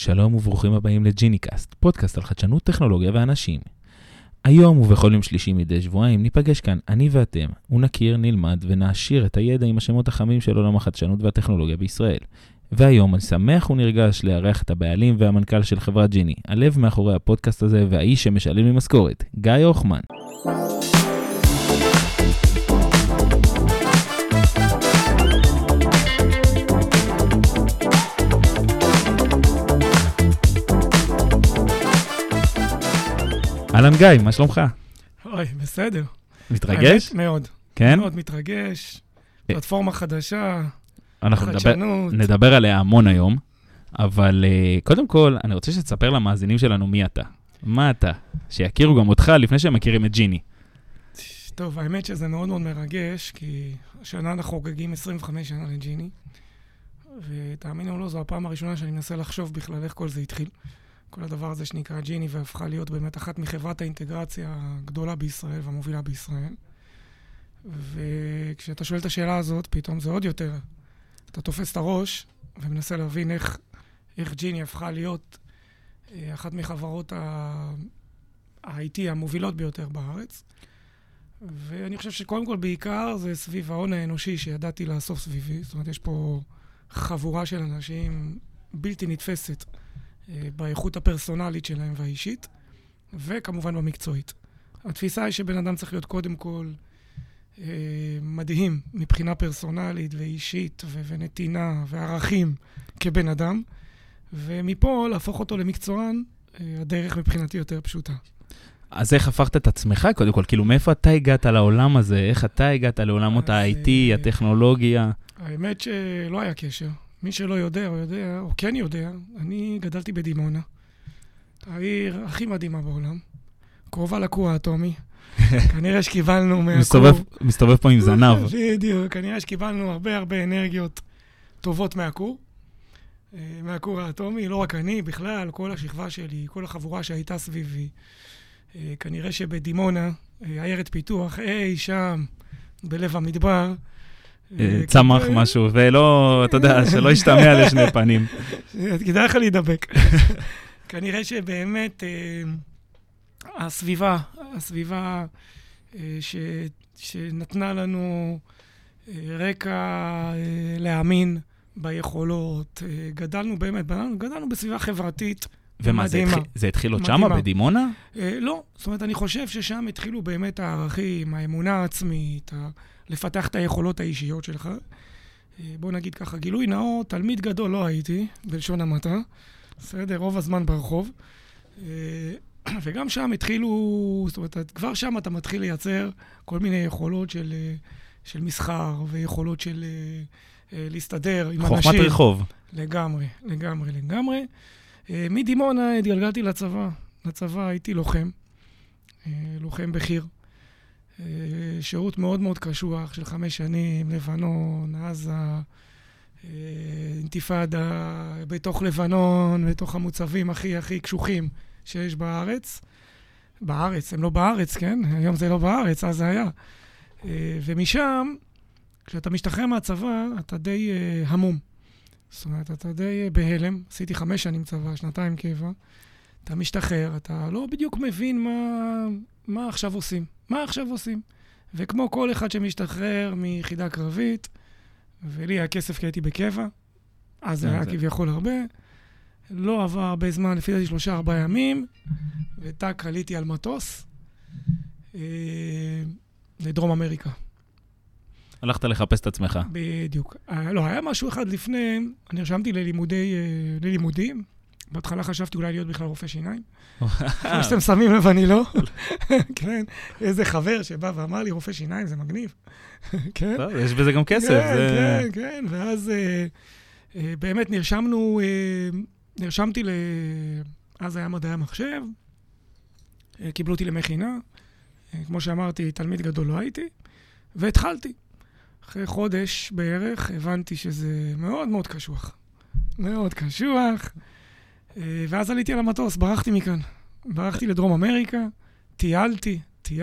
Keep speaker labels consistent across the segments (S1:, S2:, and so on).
S1: שלום וברוכים הבאים לג'יניקאסט, פודקאסט על חדשנות, טכנולוגיה ואנשים. היום ובכל יום שלישי מדי שבועיים ניפגש כאן, אני ואתם, ונכיר, נלמד ונעשיר את הידע עם השמות החמים של עולם החדשנות והטכנולוגיה בישראל. והיום אני שמח ונרגש לארח את הבעלים והמנכ"ל של חברת ג'יני, הלב מאחורי הפודקאסט הזה והאיש שמשלם לי משכורת, גיא הוחמן. אהלן גיא, מה שלומך?
S2: אוי, בסדר.
S1: מתרגש?
S2: מאוד.
S1: כן?
S2: מאוד מתרגש. פלטפורמה חדשה,
S1: אנחנו
S2: חדשנות.
S1: נדבר עליה המון היום, אבל קודם כל, אני רוצה שתספר למאזינים שלנו מי אתה. מה אתה? שיכירו גם אותך לפני שהם מכירים את ג'יני.
S2: טוב, האמת שזה מאוד מאוד מרגש, כי השנה אנחנו חוגגים 25 שנה לג'יני, ותאמינו לו, זו הפעם הראשונה שאני מנסה לחשוב בכלל איך כל זה התחיל. כל הדבר הזה שנקרא ג'יני, והפכה להיות באמת אחת מחברת האינטגרציה הגדולה בישראל והמובילה בישראל. וכשאתה שואל את השאלה הזאת, פתאום זה עוד יותר. אתה תופס את הראש ומנסה להבין איך ג'יני הפכה להיות אחת מחברות ה-IT המובילות ביותר בארץ. ואני חושב שקודם כל בעיקר זה סביב ההון האנושי שידעתי לאסוף סביבי. זאת אומרת, יש פה חבורה של אנשים בלתי נתפסת באיכות הפרסונלית שלהם והאישית, וכמובן במקצועית. התפיסה היא שבן אדם צריך להיות קודם כל מדהים מבחינה פרסונלית ואישית ונתינה וערכים כבן אדם, ומפה להפוך אותו למקצוען, הדרך מבחינתי יותר פשוטה.
S1: אז איך הפכת את עצמך קודם כל? כאילו מאיפה אתה הגעת לעולם הזה? איך אתה הגעת לעולמות ה-IT, הטכנולוגיה?
S2: האמת שלא היה קשר. מי שלא יודע או יודע, או כן יודע, אני גדלתי בדימונה. העיר הכי מדהימה בעולם. קרובה לכור האטומי. כנראה שקיבלנו מהכור...
S1: מסתובב פה עם זנב.
S2: בדיוק, כנראה שקיבלנו הרבה אנרגיות טובות מהכור האטומי. לא רק אני, בכלל, כל השכבה שלי, כל החבורה שהייתה סביבי. כנראה שבדימונה, עיירת פיתוח, שם, בלב המדבר,
S1: צמח משהו, ולא, אתה יודע, שלא ישתמע לשני פנים.
S2: כדאי לך להידבק. כנראה שבאמת הסביבה שנתנה לנו רקע להאמין ביכולות, גדלנו בסביבה חברתית
S1: ומה, זה התחיל עוד שמה, בדימונה?
S2: לא, זאת אומרת, אני חושב ששם התחילו באמת הערכים, האמונה העצמית, לפתח את היכולות האישיות שלך. בוא נגיד ככה, גילוי נאות, תלמיד גדול לא הייתי, בלשון המעטה. בסדר, רוב הזמן ברחוב. וגם שם התחילו, זאת אומרת, כבר שם אתה מתחיל לייצר כל מיני יכולות של מסחר, ויכולות של להסתדר עם אנשים.
S1: חוכמת רחוב.
S2: לגמרי. מדימונה התגלגלתי לצבא הייתי לוחם בחיר. שירות מאוד מאוד קשוח של 5 שנים, לבנון, עזה, אינתיפאדה, בתוך לבנון, בתוך המוצבים הכי קשוחים שיש בארץ. הם לא בארץ, כן? היום זה לא בארץ, אז זה היה. ומשם, כשאתה משתחרר מהצבא, אתה די המום. זאת אומרת, אתה די בהלם. עשיתי 5 שנים צבא, 2 קבע. אתה משתחרר, אתה לא בדיוק מבין מה עכשיו עושים. וכמו כל אחד שמשתחרר מיחידה קרבית, ולי היה כסף כי הייתי בקבע, אז זה היה כביכול הרבה, לא עבר הרבה זמן, לפי דעתי 3-4 ימים, וטק עליתי על מטוס לדרום אמריקה.
S1: הלכת לחפש את עצמך.
S2: בדיוק. לא, היה משהו אחד לפני, אני נרשמתי ללימודים, בהתחלה חשבתי אולי להיות בכלל רופא שיניים. כמו שאתם שמים לב, אני לא. כן, איזה חבר שבא ואמר לי, רופא שיניים, זה מגניב. כן.
S1: יש בזה גם כסף.
S2: כן. ואז באמת נרשמתי אז היה מדעי המחשב, קיבלו אותי למכינה, כמו שאמרתי, תלמיד גדול לא הייתי, והתחלתי. אחרי חודש בערך הבנתי שזה מאוד מאוד קשוח. מאוד קשוח. ואז עליתי על המטוס, ברחתי מכאן. ברחתי לדרום אמריקה, טיילתי,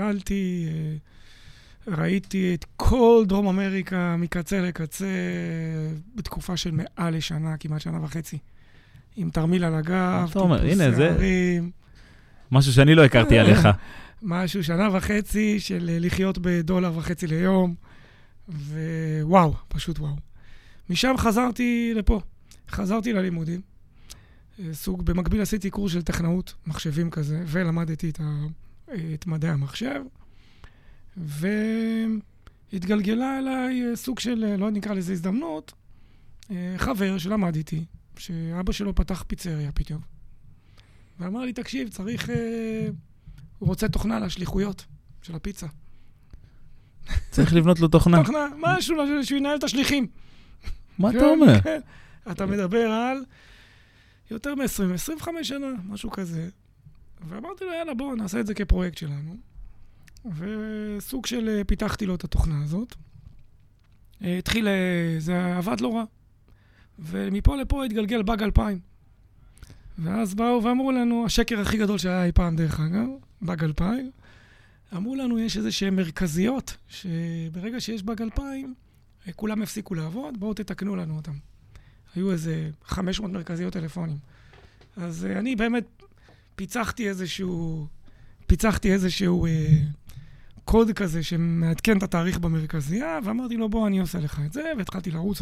S2: ראיתי את כל דרום אמריקה מקצה לקצה בתקופה של מעל לשנה, כמעט 1.5 שנה. עם תרמיל על הגב,
S1: אתה אומר, הנה, זה
S2: שערים.
S1: משהו שאני לא הכרתי עליך.
S2: משהו, 1.5 שנה של לחיות $1.50 ליום, ווואו, פשוט וואו. משם חזרתי לפה, חזרתי ללימודים. סוג, במקביל עשיתי קורס של טכנאות, מחשבים כזה, ולמדתי את מדעי המחשב, והתגלגלה אליי סוג של, לא נקרא לזה הזדמנות, חבר שלמד איתי, שאבא שלו פתח פיצריה פתאום. ואמר לי, תקשיב, צריך, הוא רוצה תוכנה לשליחויות של הפיצה.
S1: צריך לבנות לו תוכנה.
S2: תוכנה, משהו שהוא ינהל את השליחים.
S1: מה אתה אומר?
S2: אתה מדבר על יותר מ-20, 25 שנה, משהו כזה. ואמרתי לו, יאללה, בואו נעשה את זה כפרויקט שלנו. וסוג של פיתחתי לו את התוכנה הזאת. התחיל, זה עבד לא רע. ומפה לפה התגלגל באג 2000. ואז באו ואמרו לנו, השקר הכי גדול שהיה אי פעם דרך אגב, באג 2000, אמרו לנו, יש איזה שהן מרכזיות, שברגע שיש באג 2000, כולם הפסיקו לעבוד, בואו תתקנו לנו אותם. היו איזה 500 מרכזיות טלפונים. אז אני באמת פיצחתי איזשהו קוד כזה שמעדכן את התאריך במרכזייה, ואמרתי לו, בוא, אני עושה לך את זה, והתחלתי לרוץ.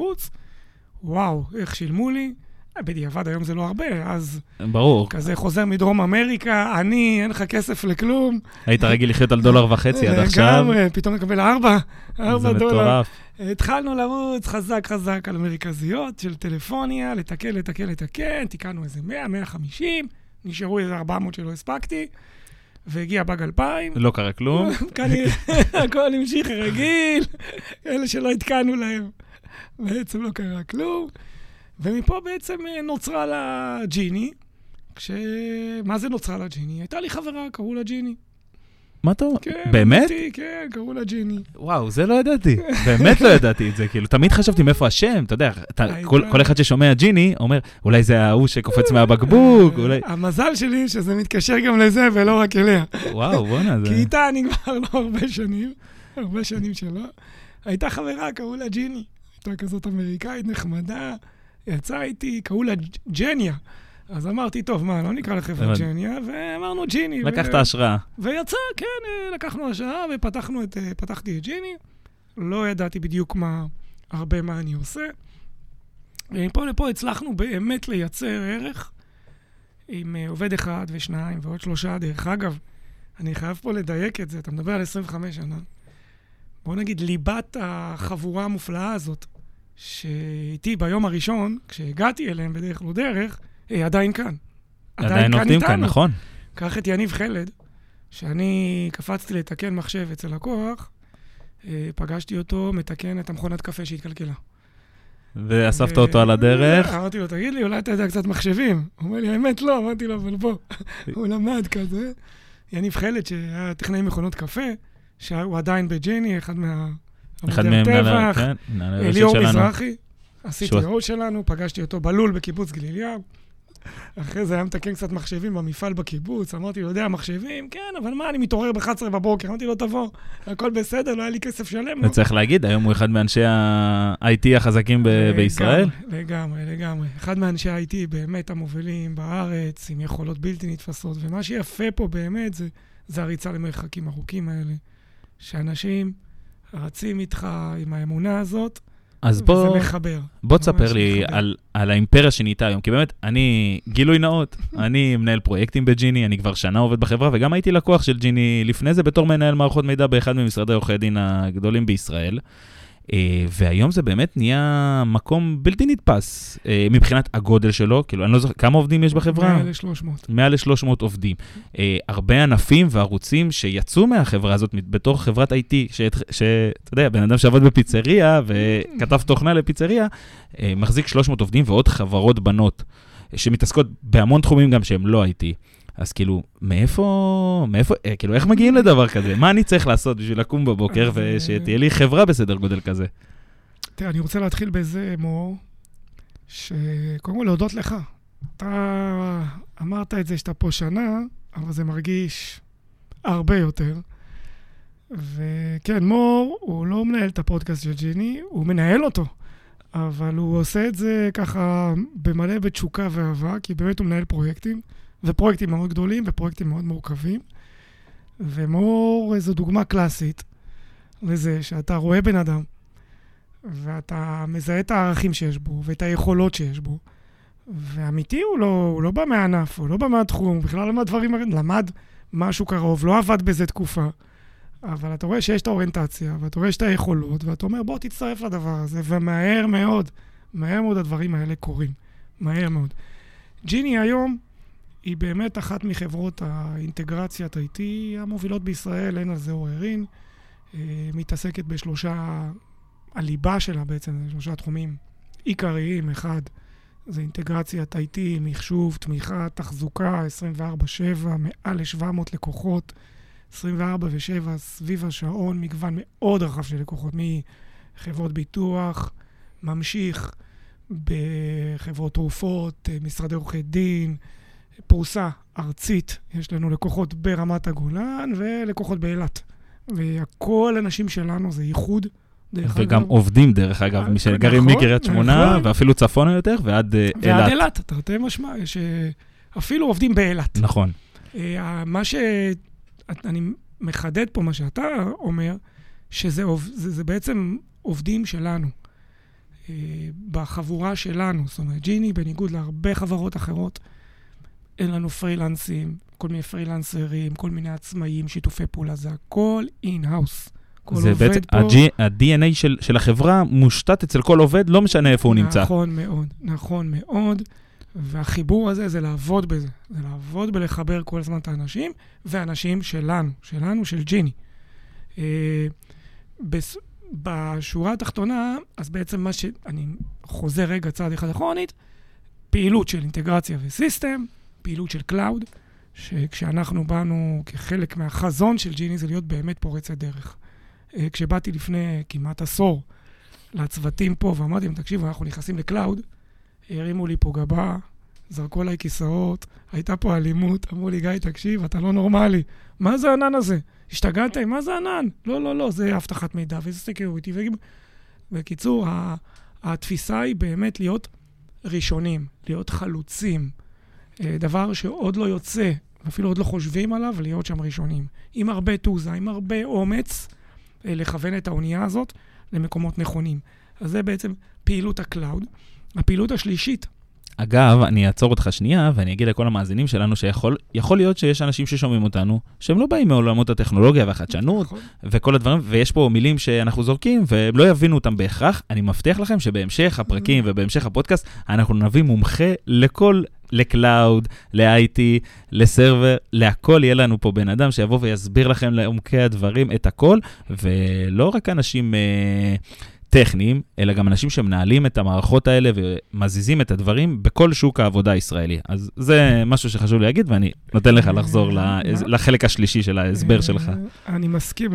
S2: וואו, איך שילמו לי. בדיעבד היום זה לא הרבה, אז...
S1: ברור.
S2: כזה חוזר מדרום אמריקה, אין לך כסף לכלום.
S1: היית רגיל לחיות על $1.50 עד עכשיו.
S2: פתאום לקבל 4 דולר.
S1: זה מטורף.
S2: התחלנו לרוץ חזק על המרכזיות של טלפוניה, לתקן, תיקנו איזה 100, 150, נשארו איזה 400 שלא הספקתי, והגיע באג 2000.
S1: לא קרה כלום.
S2: הכל המשיך רגיל, אלה שלא התקנו להם. בעצם לא קרה כלום. ומפה בעצם נוצרה לה ג'יני. מה זה נוצרה לה ג'יני? הייתה לי חברה, קראו לה ג'יני.
S1: מה אתה אומר?
S2: כן,
S1: באמת?
S2: כן, קראו לה ג'יני.
S1: וואו, זה לא ידעתי. באמת לא ידעתי את זה. כאילו, תמיד חשבתי מאיפה השם, אתה יודע, כל אחד ששומע ג'יני אומר, אולי זה ההוא שקופץ מהבקבוק, אולי...
S2: המזל שלי שזה מתקשר גם לזה ולא רק אליה.
S1: וואו, בוא'נה, זה...
S2: כי איתה אני כבר לא הרבה שנים שלא. הייתה חברה, קראו לה ג'יני. הייתה כזאת אמריקאית נחמדה. יצא איתי, קראו לה ג'ניה. אז אמרתי, טוב, מה, לא נקרא לחברה ג'ניה, ואמרנו ג'יני.
S1: לקחת השראה. ויצא,
S2: כן, לקחנו השראה ופתחתי את ג'יני. לא ידעתי בדיוק הרבה מה אני עושה. פה לפה הצלחנו באמת לייצר ערך עם עובד אחד ושניים ועוד 3. דרך אגב, אני חייב פה לדייק את זה, אתה מדבר על 25 שנה. בוא נגיד, ליבת החבורה המופלאה הזאת, שאיתי ביום הראשון, כשהגעתי אליהם בדרך לא דרך, עדיין כאן.
S1: עדיין עובדים כאן, נכון.
S2: קח את יניב חלד, שאני קפצתי לתקן מחשב אצל לקוח, פגשתי אותו, מתקן את המכונת קפה שהתקלקלה.
S1: ואספת אותו על הדרך?
S2: אמרתי לו, תגיד לי, אולי אתה יודע קצת מחשבים? הוא אומר לי, האמת לא, אמרתי לו, אבל בוא. הוא למד כזה. יניב חלד, שהיה טכנאי מכונות קפה, שהוא עדיין בג'יני, אחד מהם טבח, ליאור מזרחי, ה-CTO שלנו, פגשתי אותו בלול בקיבוץ גליליהו, אחרי זה היה מתקן קצת מחשבים במפעל בקיבוץ, אמרתי לו, יודע, מחשבים? כן, אבל מה, אני מתעורר ב-11 בבוקר, אמרתי לו, תבוא, הכל בסדר, לא היה לי כסף שלם.
S1: וצריך להגיד, היום הוא אחד מאנשי ה-IT החזקים בישראל?
S2: לגמרי. אחד מאנשי ה-IT באמת המובילים בארץ, עם יכולות בלתי נתפסות, ומה שיפה פה באמת זה הריצה למרחקים ארוכים האלה, שאנשים רצים איתך עם האמונה הזאת,
S1: אז בוא תספר לי על האימפריה שנהייתה היום, כי באמת, גילוי נאות, אני מנהל פרויקטים בג'יני, אני כבר שנה עובד בחברה, וגם הייתי לקוח של ג'יני לפני זה, בתור מנהל מערכות מידע באחד ממשרדי עורכי דין הגדולים בישראל, והיום זה באמת נהיה מקום בלתי נתפס, מבחינת הגודל שלו, כאילו, אני לא זוכר, כמה עובדים יש בחברה? 100 ל-300 עובדים. הרבה ענפים וערוצים שיצאו מהחברה הזאת, בתור חברת IT, שאתה יודע, בן אדם שעבד בפיצריה, וכתב תוכנה לפיצריה, מחזיק 300 עובדים ועוד חברות בנות, שמתעסקות בהמון תחומים גם שהם לא IT. אז כאילו, מאיפה, כאילו, איך מגיעים לדבר כזה? מה אני צריך לעשות בשביל לקום בבוקר ושתהיה לי חברה בסדר גודל כזה?
S2: תראה, אני רוצה להתחיל בזה, מור, שקודם כל להודות לך. אתה אמרת את זה שאתה פה שנה, אבל זה מרגיש הרבה יותר. וכן, מור, הוא לא מנהל את הפודקאסט של ג'יני, הוא מנהל אותו. אבל הוא עושה את זה ככה במלא בתשוקה ואהבה, כי באמת הוא מנהל פרויקטים, ופרויקטים מאוד גדולים, ופרויקטים מאוד מורכבים. ומור זו דוגמה קלאסית לזה שאתה רואה בן אדם, ואתה מזהה את הערכים שיש בו, ואת היכולות שיש בו. ואמיתי הוא לא בא מהענף, הוא לא בא מהתחום, הוא בכלל למד דברים, למד משהו קרוב, לא עבד בזה תקופה. אבל אתה רואה שיש את האוריינטציה, ואתה רואה שיש את היכולות, ואתה אומר, בוא תצטרף לדבר הזה, ומהר מאוד הדברים האלה קורים. מהר מאוד. ג'יני היום היא באמת אחת מחברות האינטגרציית IT המובילות בישראל, אין על זה עוררין. מתעסקת בשלושה, הליבה שלה בעצם, שלושה תחומים עיקריים. אחד, זה אינטגרציית IT, מחשוב, תמיכה, תחזוקה, 24/7, מעל ל-700 לקוחות, 24/7, סביב השעון, מגוון מאוד רחב של לקוחות, מחברות ביטוח, ממשיך בחברות תרופות, משרדי עורכי דין, פרוסה ארצית, יש לנו לקוחות ברמת הגולן ולקוחות באילת. והכל אנשים שלנו זה ייחוד.
S1: וגם עובדים דרך אגב, מי שגרים מקריית שמונה, ואפילו צפונה יותר, ועד אילת.
S2: ועד אילת, תרתי משמע, אפילו עובדים באילת.
S1: נכון.
S2: מה שאני מחדד פה, מה שאתה אומר, שזה בעצם עובדים שלנו, בחבורה שלנו. זאת אומרת, ג'יני, בניגוד להרבה חברות אחרות, אין לנו פרילנסים, כל מיני פרילנסרים, כל מיני עצמאים, שיתופי פעולה, זה הכל אין-האוס.
S1: זה בעצם, ה-DNA של החברה מושתת אצל כל עובד, לא משנה איפה הוא נמצא.
S2: נכון מאוד. והחיבור הזה זה לעבוד בזה. זה לעבוד בלחבר כל הזמן את האנשים, והאנשים שלנו, של ג'יני. בשורה התחתונה, אז בעצם מה שאני חוזר רגע צעד אחד אחרונית, פעילות של אינטגרציה וסיסטם, פעילות של קלאוד, שכשאנחנו באנו כחלק מהחזון של ג'יני, זה להיות באמת פורצת דרך. כשבאתי לפני כמעט עשור לצוותים פה, ואמרתי להם, תקשיבו, אנחנו נכנסים לקלאוד, הרימו לי פה גבה, זרקו עליי כיסאות, הייתה פה אלימות, אמרו לי, גיא, תקשיב, אתה לא נורמלי. מה זה הענן הזה? השתגעתם? מה זה ענן? לא, זה הבטחת מידע, וזה סקיוריטי. בקיצור, התפיסה היא באמת להיות ראשונים, להיות חלוצים, דבר שעוד לא יוצא, אפילו עוד לא חושבים עליו, להיות שם ראשונים. עם הרבה תעוזה, עם הרבה אומץ, לכוון את האונייה הזאת למקומות נכונים. אז זה בעצם פעילות הקלאוד. הפעילות השלישית.
S1: אגב, אני אעצור אותך שנייה, ואני אגיד לכל המאזינים שלנו שיכול להיות שיש אנשים ששומעים אותנו, שהם לא באים מעולמות הטכנולוגיה והחדשנות, וכל הדברים, ויש פה מילים שאנחנו זורקים, והם לא יבינו אותם בהכרח. אני מבטיח לכם שבהמשך הפרקים ובהמשך הפודקאסט, אנחנו נביא מומחה לקלאוד, ל-IT, לסרבר, להכל יהיה לנו פה בן אדם שיבוא ויסביר לכם לעומקי הדברים את הכל, ולא רק אנשים טכניים, אלא גם אנשים שמנהלים את המערכות האלה ומזיזים את הדברים בכל שוק העבודה הישראלי. אז זה משהו שחשוב להגיד, ואני נותן לך לחזור לחלק השלישי של ההסבר שלך.
S2: אני מסכים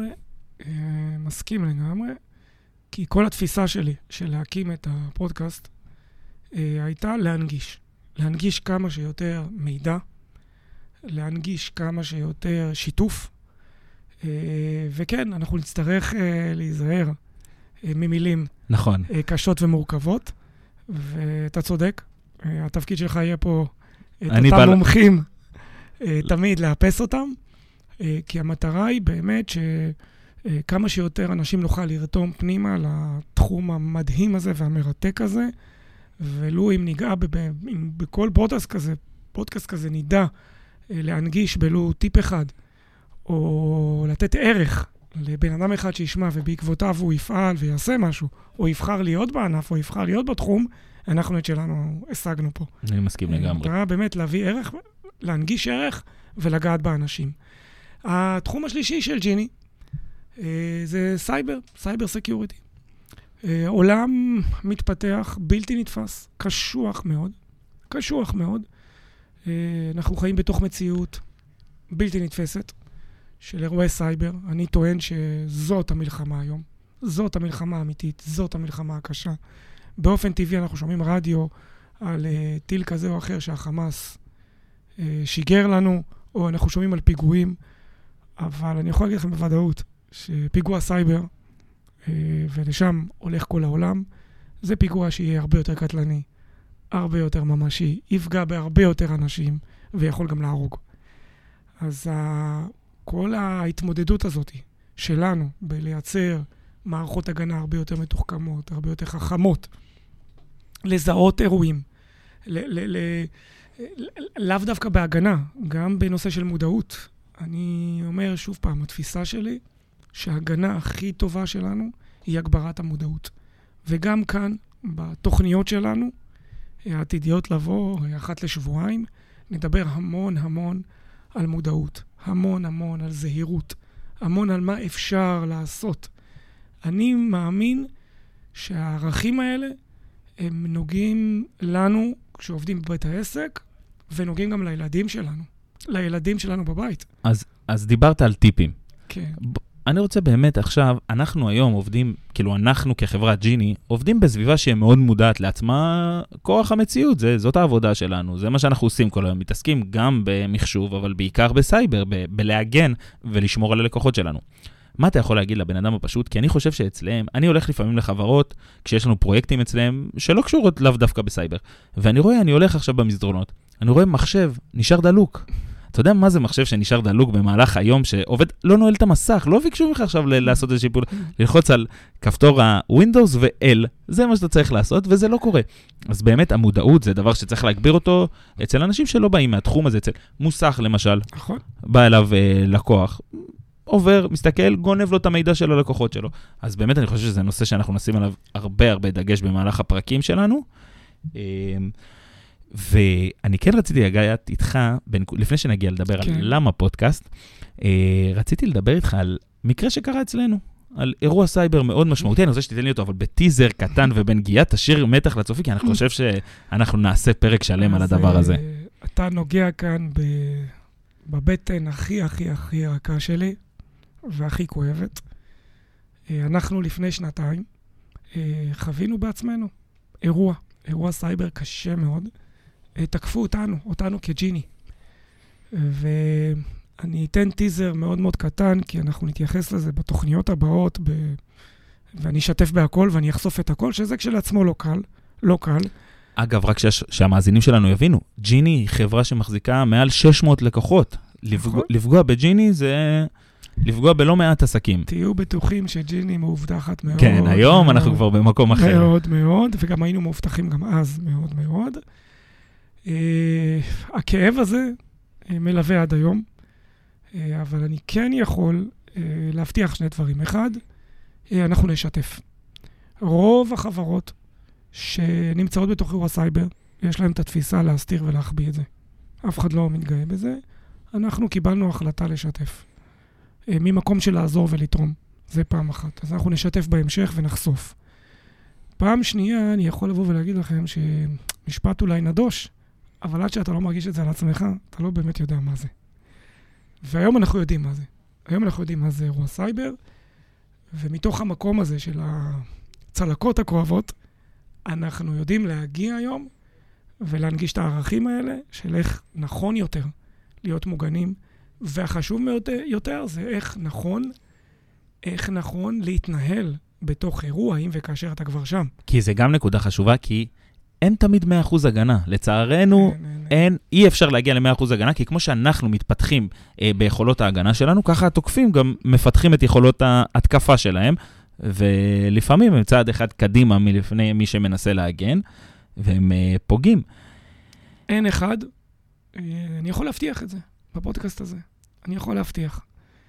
S2: לגמרי, כי כל התפיסה שלי של להקים את הפודקאסט הייתה להנגיש כמה שיותר מידע, להנגיש כמה שיותר שיתוף, וכן, אנחנו נצטרך להיזהר ממילים
S1: נכון.
S2: קשות ומורכבות, ואתה צודק, התפקיד שלך יהיה פה את אותם מומחים, תמיד לאפס אותם, כי המטרה היא באמת שכמה שיותר אנשים נוכל לרתום פנימה לתחום המדהים הזה והמרתק הזה, ולו אם ניגע בכל פודקאסט כזה נידע להנגיש בלו טיפ אחד, או לתת ערך לבן אדם אחד שישמע, ובעקבותיו הוא יפעל ויעשה משהו, או יבחר להיות בענף, או יבחר להיות בתחום, אנחנו את שלנו השגנו פה.
S1: אני מסכים לגמרי.
S2: אתה באמת להביא ערך, להנגיש ערך ולגעת באנשים. התחום השלישי של ג'יני זה סייבר סקיוריטי. עולם מתפתח, בלתי נתפס, קשוח מאוד. אנחנו חיים בתוך מציאות בלתי נתפסת של אירועי סייבר. אני טוען שזאת המלחמה היום. זאת המלחמה האמיתית, זאת המלחמה הקשה. באופן טבעי אנחנו שומעים רדיו על טיל כזה או אחר שהחמאס שיגר לנו, או אנחנו שומעים על פיגועים, אבל אני יכול להגיד לכם בוודאות שפיגוע סייבר, ולשם הולך כל העולם, זה פיגוע שיהיה הרבה יותר קטלני, הרבה יותר ממשי, יפגע בהרבה יותר אנשים, ויכול גם להרוג. אז כל ההתמודדות הזאת שלנו בלייצר מערכות הגנה הרבה יותר מתוחכמות, הרבה יותר חכמות, לזהות אירועים, לאו דווקא בהגנה, גם בנושא של מודעות. אני אומר שוב פעם, התפיסה שלי, שההגנה הכי טובה שלנו היא הגברת המודעות. וגם כאן, בתוכניות שלנו, העתידיות לבוא, אחת לשבועיים, נדבר המון המון על מודעות, המון המון על זהירות, המון על מה אפשר לעשות. אני מאמין שהערכים האלה הם נוגעים לנו כשעובדים בבית העסק, ונוגעים גם לילדים שלנו בבית.
S1: אז דיברת על טיפים.
S2: כן.
S1: אני רוצה באמת עכשיו, אנחנו היום עובדים, כאילו אנחנו כחברת ג'יני, עובדים בסביבה שהיא מאוד מודעת לעצמה, כוח המציאות, זאת העבודה שלנו, זה מה שאנחנו עושים כל היום, מתעסקים גם במחשוב, אבל בעיקר בסייבר, בלהגן ולשמור על הלקוחות שלנו. מה אתה יכול להגיד לבן אדם הפשוט? כי אני חושב שאצלם, אני הולך לפעמים לחברות, כשיש לנו פרויקטים אצלם, שלא קשורות לאו דווקא בסייבר, ואני רואה, אני הולך עכשיו במסדרונות, אני רואה מחשב, נשאר דלוק. אתה יודע מה זה מחשב שנשאר דלוק במהלך היום, שעובד, לא נועל את המסך, לא ביקשו ממך עכשיו לעשות איזושהי פעולה, ללחוץ על כפתור ה-Windows ו-L, זה מה שאתה צריך לעשות, וזה לא קורה. אז באמת המודעות זה דבר שצריך להגביר אותו אצל אנשים שלא באים מהתחום הזה, אצל מוסך למשל,
S2: נכון.
S1: בא אליו לקוח, עובר, מסתכל, גונב לו את המידע של הלקוחות שלו. אז באמת אני חושב שזה נושא שאנחנו נשים עליו הרבה דגש במהלך הפרקים שלנו, ואני כן רציתי לגעת איתך, לפני שנגיע לדבר על למה פודקאסט, רציתי לדבר איתך על מקרה שקרה אצלנו, על אירוע סייבר מאוד משמעותי, אני רוצה שתיתן לי אותו, אבל בטיזר קטן ובנגיעה, תשאיר מתח לצופי, כי אני חושב שאנחנו נעשה פרק שלם על הדבר הזה.
S2: אתה נוגע כאן בבטן הכי רכה שלי, והכי כואבת. אנחנו לפני שנתיים חווינו בעצמנו אירוע סייבר קשה מאוד, תקפו אותנו כג'יני. ואני אתן טיזר מאוד מאוד קטן, כי אנחנו נתייחס לזה בתוכניות הבאות, ואני אשתף בהכל ואני אחשוף את הכל, שזה כשלעצמו לא קל.
S1: אגב, רק שהמאזינים שלנו יבינו, ג'יני היא חברה שמחזיקה מעל 600 לקוחות. לפגוע בג'יני זה לפגוע בלא מעט עסקים.
S2: תהיו בטוחים שג'יני מאובטחת מאוד.
S1: כן, היום אנחנו כבר במקום אחר.
S2: מאוד מאוד, וגם היינו מאובטחים גם אז מאוד מאוד. הכאב הזה מלווה עד היום, אבל אני כן יכול להבטיח שני דברים. אחד, אנחנו נשתף. רוב החברות שנמצאות בתוך אירוע סייבר, יש להם את התפיסה להסתיר ולהחביא את זה. אף אחד לא מתגאה בזה. אנחנו קיבלנו החלטה לשתף. ממקום של לעזור ולתרום. זה פעם אחת. אז אנחנו נשתף בהמשך ונחשוף. פעם שנייה, אני יכול לבוא ולהגיד לכם שמשפט אולי נדוש, אבל עד שאתה לא מרגיש את זה על עצמך, אתה לא באמת יודע מה זה. והיום אנחנו יודעים מה זה. היום אנחנו יודעים מה זה אירוע סייבר, ומתוך המקום הזה של הצלקות הכואבות, אנחנו יודעים להגיע היום ולהנגיש את הערכים האלה של איך נכון יותר להיות מוגנים, והחשוב יותר זה איך נכון להתנהל בתוך אירוע, אם וכאשר אתה כבר שם.
S1: כי זה גם נקודה חשובה, כי אין תמיד 100% הגנה. לצערנו, אי אפשר להגיע ל100% הגנה, כי כמו שאנחנו מתפתחים ביכולות ההגנה שלנו, ככה התוקפים גם מפתחים את יכולות ההתקפה שלהם, ולפעמים הם צעד אחד קדימה מלפני מי שמנסה להגן, והם פוגעים.
S2: אין אחד, אני יכול להבטיח את זה בפודקאסט הזה. אני יכול להבטיח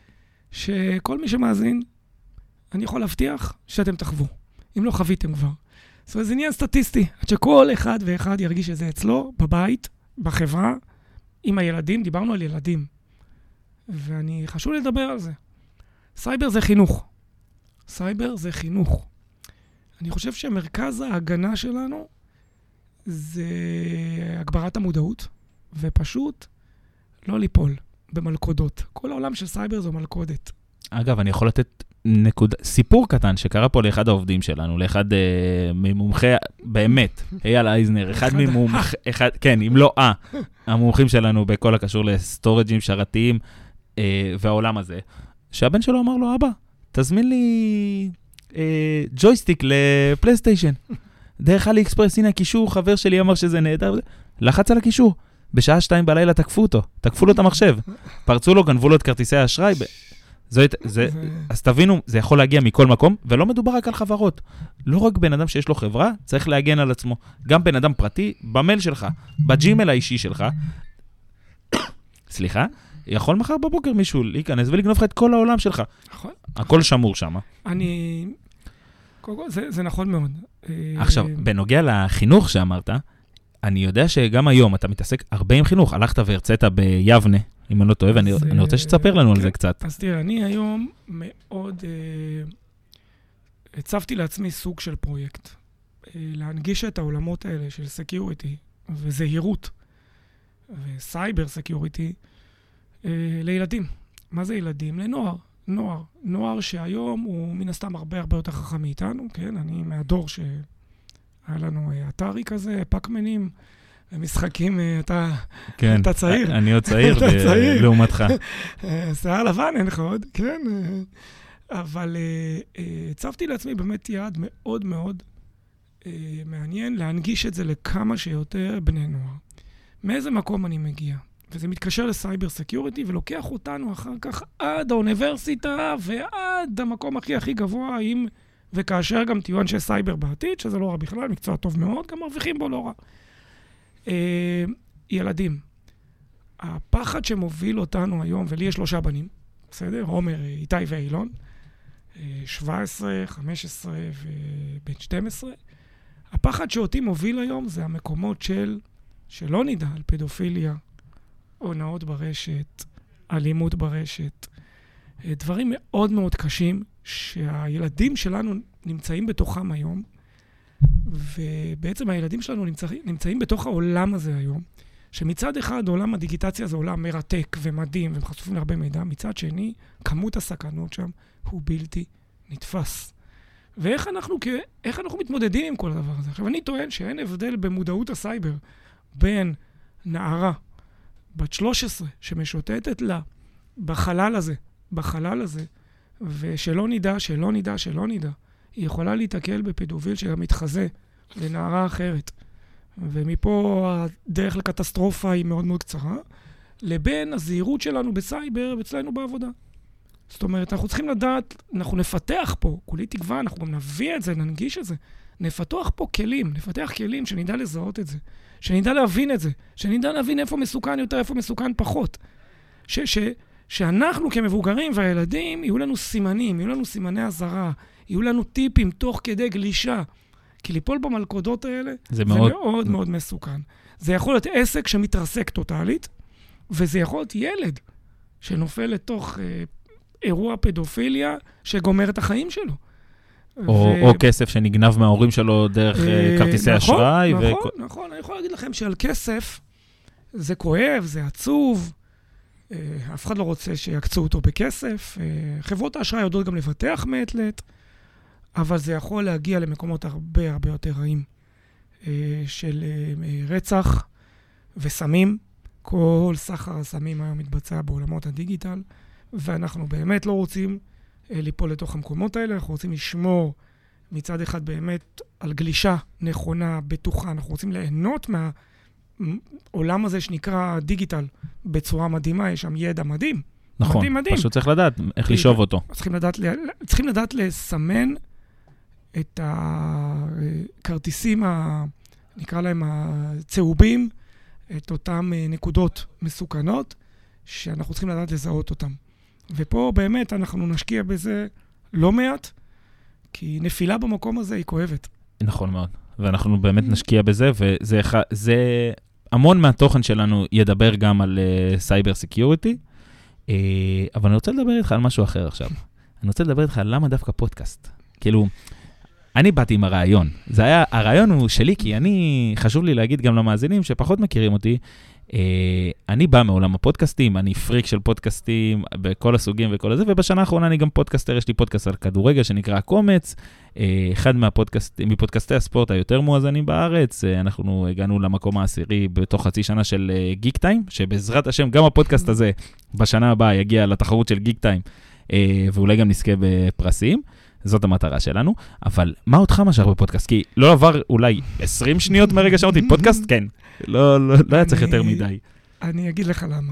S2: שכל מי שמאזין, אני יכול להבטיח שאתם תחוו, אם לא חוויתם כבר. זאת אומרת, זה עניין סטטיסטי, עד שכל אחד ואחד ירגיש את זה אצלו, בבית, בחברה, עם הילדים, דיברנו על ילדים. ואני חשוב לדבר על זה. סייבר זה חינוך. סייבר זה חינוך. אני חושב שמרכז ההגנה שלנו זה הגברת המודעות, ופשוט לא ליפול במלכודות. כל העולם של סייבר זו מלכודת.
S1: אגב, אני יכול לתת סיפור קטן שקרה פה לאחד העובדים שלנו, לאחד ממומחי, באמת, אייל אייזנר, כן, אם לא המומחים שלנו בכל הקשור לסטורג'ים, שרתיים והעולם הזה, שהבן שלו אמר לו, אבא, תזמין לי ג'ויסטיק לפלייסטיישן. דרך אלי אקספרס, הנה הקישור, חבר שלי אמר שזה נהדר, לחץ על הקישור. בשעה 2 בלילה תקפו אותו, תקפו לו את המחשב, פרצו לו, גנבו לו את כרטיסי האשראי. אז תבינו, זה יכול להגיע מכל מקום, ולא מדובר רק על חברות. לא רק בן אדם שיש לו חברה, צריך להגן על עצמו. גם בן אדם פרטי, במייל שלך, בג'ימייל האישי שלך, סליחה, יכול מחר בבוקר מישהו להיכנס ולגנוב לך את כל העולם שלך.
S2: נכון.
S1: הכל שמור שם.
S2: זה נכון מאוד.
S1: עכשיו, בנוגע לחינוך שאמרת, אני יודע שגם היום אתה מתעסק הרבה עם חינוך. הלכת והרצית ביבנה, אם אני לא טועה, ואני רוצה שתספר לנו על זה קצת.
S2: אז תראה, אני היום מאוד הצבתי לעצמי סוג של פרויקט. להנגיש את העולמות האלה של סקיוריטי וזהירות וסייבר סקיוריטי לילדים. מה זה ילדים? לנוער. נוער שהיום הוא מן הסתם הרבה יותר חכם מאיתנו, כן? אני מהדור שהיה לנו אתרי כזה, פאקמנים, ומשחקים, אתה צעיר.
S1: אני עוד צעיר לעומתך.
S2: שיער לבן אין לך עוד, כן? אבל הצבתי לעצמי באמת יעד מאוד מאוד מעניין להנגיש את זה לכמה שיותר בני נוער. מאיזה מקום אני מגיע? וזה מתקשר לסייבר סקיוריטי, ולוקח אותנו אחר כך עד האוניברסיטה, ועד המקום הכי גבוה, וכאשר גם תהיו אנשי סייבר בעתיד, שזה לא רע בכלל, מקצוע טוב מאוד, גם מרוויחים בו לא רע. ילדים, הפחד שמוביל אותנו היום, ולי יש 3 בנים, בסדר? עומר, איתי ואילון, 17, 15 ובן 12. הפחד שאותי מוביל היום זה המקומות שלא נדע על פדופיליה, הונאות ברשת, אלימות ברשת, דברים מאוד מאוד קשים שהילדים שלנו נמצאים בתוכם היום, ובעצם הילדים שלנו נמצאים בתוך העולם הזה היום, שמצד אחד עולם הדיגיטציה זה עולם מרתק ומדהים, והם חשופים להרבה מידע, מצד שני, כמות הסכנות שם הוא בלתי נתפס. ואיך אנחנו מתמודדים עם כל הדבר הזה? עכשיו, אני טוען שאין הבדל במודעות הסייבר בין נערה בת 13 שמשוטטת לה בחלל הזה, ושלא נדע, היא יכולה להתקל בפדופיל שגם מתחזה לנערה אחרת. ומפה הדרך לקטסטרופה היא מאוד מאוד קצרה, לבין הזהירות שלנו בסייבר אצלנו בעבודה. זאת אומרת, אנחנו צריכים לדעת, אנחנו נפתח פה, כולי תקווה, אנחנו גם נביא את זה, ננגיש את זה, נפתח פה כלים שנדע לזהות את זה, שנדע להבין את זה, שנדע להבין איפה מסוכן יותר, איפה מסוכן פחות. שאנחנו כמבוגרים והילדים, יהיו לנו סימנים, יהיו לנו סימני הזרה, יהיו לנו טיפים תוך כדי גלישה. כי ליפול במלכודות האלה, זה מאוד מאוד מסוכן. זה יכול להיות עסק שמתרסק טוטלית, וזה יכול להיות ילד שנופל לתוך אירוע פדופיליה שגומר את החיים שלו.
S1: או כסף שנגנב מההורים שלו דרך כרטיסי אשראי.
S2: נכון. אני יכול להגיד לכם שעל כסף זה כואב, זה עצוב, אף אחד לא רוצה שיקצו אותו בכסף. חברות האשראי יודעות גם לבטח מעת לעת, אבל זה יכול להגיע למקומות הרבה הרבה יותר רעים של רצח וסמים. כל סחר הסמים היום מתבצע בעולמות הדיגיטל, ואנחנו באמת לא רוצים ליפול לתוך המקומות האלה. אנחנו רוצים לשמור מצד אחד באמת על גלישה נכונה, בטוחה. אנחנו רוצים ליהנות מהעולם הזה שנקרא דיגיטל בצורה מדהימה. יש שם ידע מדהים.
S1: נכון, מדהים. פשוט צריך לדעת איך לשאוב אותו.
S2: צריכים לדעת לסמן את הכרטיסים, נקרא להם הצהובים, את אותם נקודות מסוכנות, שאנחנו צריכים לדעת לזהות אותם. ופה באמת אנחנו נשקיע בזה לא מעט, כי נפילה במקום הזה היא כואבת.
S1: נכון מאוד. ואנחנו באמת נשקיע בזה, וזה המון מהתוכן שלנו ידבר גם על סייבר סקיוריטי, אבל אני רוצה לדבר איתך על משהו אחר עכשיו. אני רוצה לדבר איתך על למה דווקא פודקאסט. כאילו, אני באתי עם הרעיון. הרעיון הוא שלי, כי חשוב לי להגיד גם למאזינים שפחות מכירים אותי, אני בא מעולם הפודקאסטים, אני פריק של פודקאסטים בכל הסוגים וכל הזה, ובשנה האחרונה אני גם פודקאסטר, יש לי פודקאסט על כדורגל שנקרא קומץ, אחד מפודקאסטי הספורט היותר מואזנים בארץ, אנחנו הגענו למקום העשירי בתוך חצי שנה של גיק טיים, שבעזרת השם גם הפודקאסט הזה בשנה הבאה יגיע לתחרות של גיק טיים, ואולי גם נזכה בפרסים. זאת המטרה שלנו, אבל מה אותך משך בפודקאסט? כי לא עבר אולי 20 שניות מרגע שאמרתי, פודקאסט? כן. לא היה צריך יותר מדי.
S2: אני אגיד לך למה.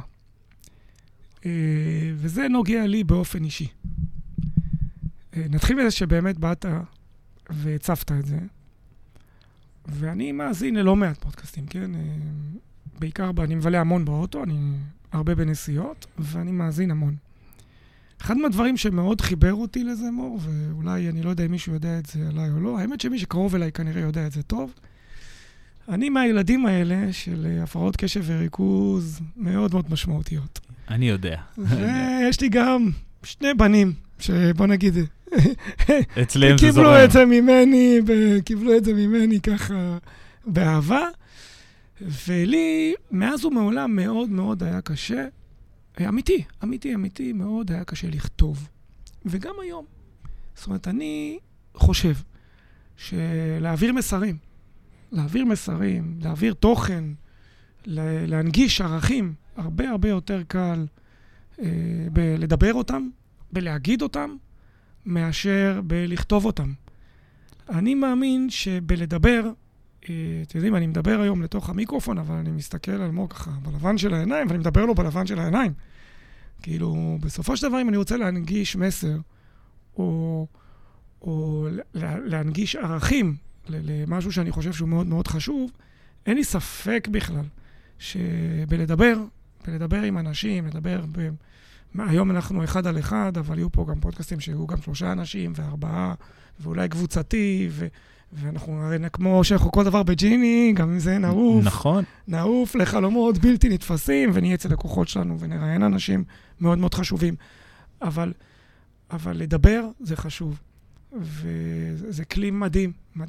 S2: וזה נוגע לי באופן אישי. נתחיל בזה שבאמת באת והצפת את זה, ואני מאזין ללא מעט פודקאסטים, כן? בעיקר אני מבלה המון באוטו, אני הרבה בנסיעות, ואני מאזין המון. אחד מהדברים שמאוד חיבר אותי לזה, מור, ואולי אני לא יודע אם מישהו יודע את זה עליי או לא, האמת שמי שקרוב אליי כנראה יודע את זה טוב, אני מהילדים האלה של הפרעות קשב וריכוז מאוד מאוד משמעותיות.
S1: אני יודע.
S2: ויש לי גם 2 בנים, שבוא נגיד,
S1: אצלם זה זורם.
S2: קיבלו את זה ממני ככה באהבה, ולי מאז ומעולם מאוד מאוד היה קשה, אמיתי, מאוד היה קשה לכתוב. וגם היום. זאת אומרת, אני חושב שלהעביר מסרים, להעביר תוכן, להנגיש ערכים, הרבה יותר קל בלדבר אותם, בלהגיד אותם, מאשר בלכתוב אותם. אני מאמין שבלדבר, אתם יודעים, אני מדבר היום לתוך המיקרופון, אבל אני מסתכל על מור ככה בלבן של העיניים, ואני מדבר לו בלבן של העיניים. כאילו, בסופו של דבר, אם אני רוצה להנגיש מסר, או להנגיש ערכים למשהו שאני חושב שהוא מאוד מאוד חשוב, אין לי ספק בכלל שבלדבר עם אנשים, היום אנחנו 1 על 1, אבל יהיו פה גם פודקאסטים שיהיו גם 3 אנשים ו4, ואולי קבוצתי, ואנחנו הרי כמו שאנחנו כל דבר בג'יני, גם אם זה נעוף.
S1: נכון.
S2: נעוף לחלומות בלתי נתפסים, ונהיה אצל לקוחות שלנו, ונראיין אנשים מאוד מאוד חשובים. אבל לדבר זה חשוב. וזה כלי מדהים.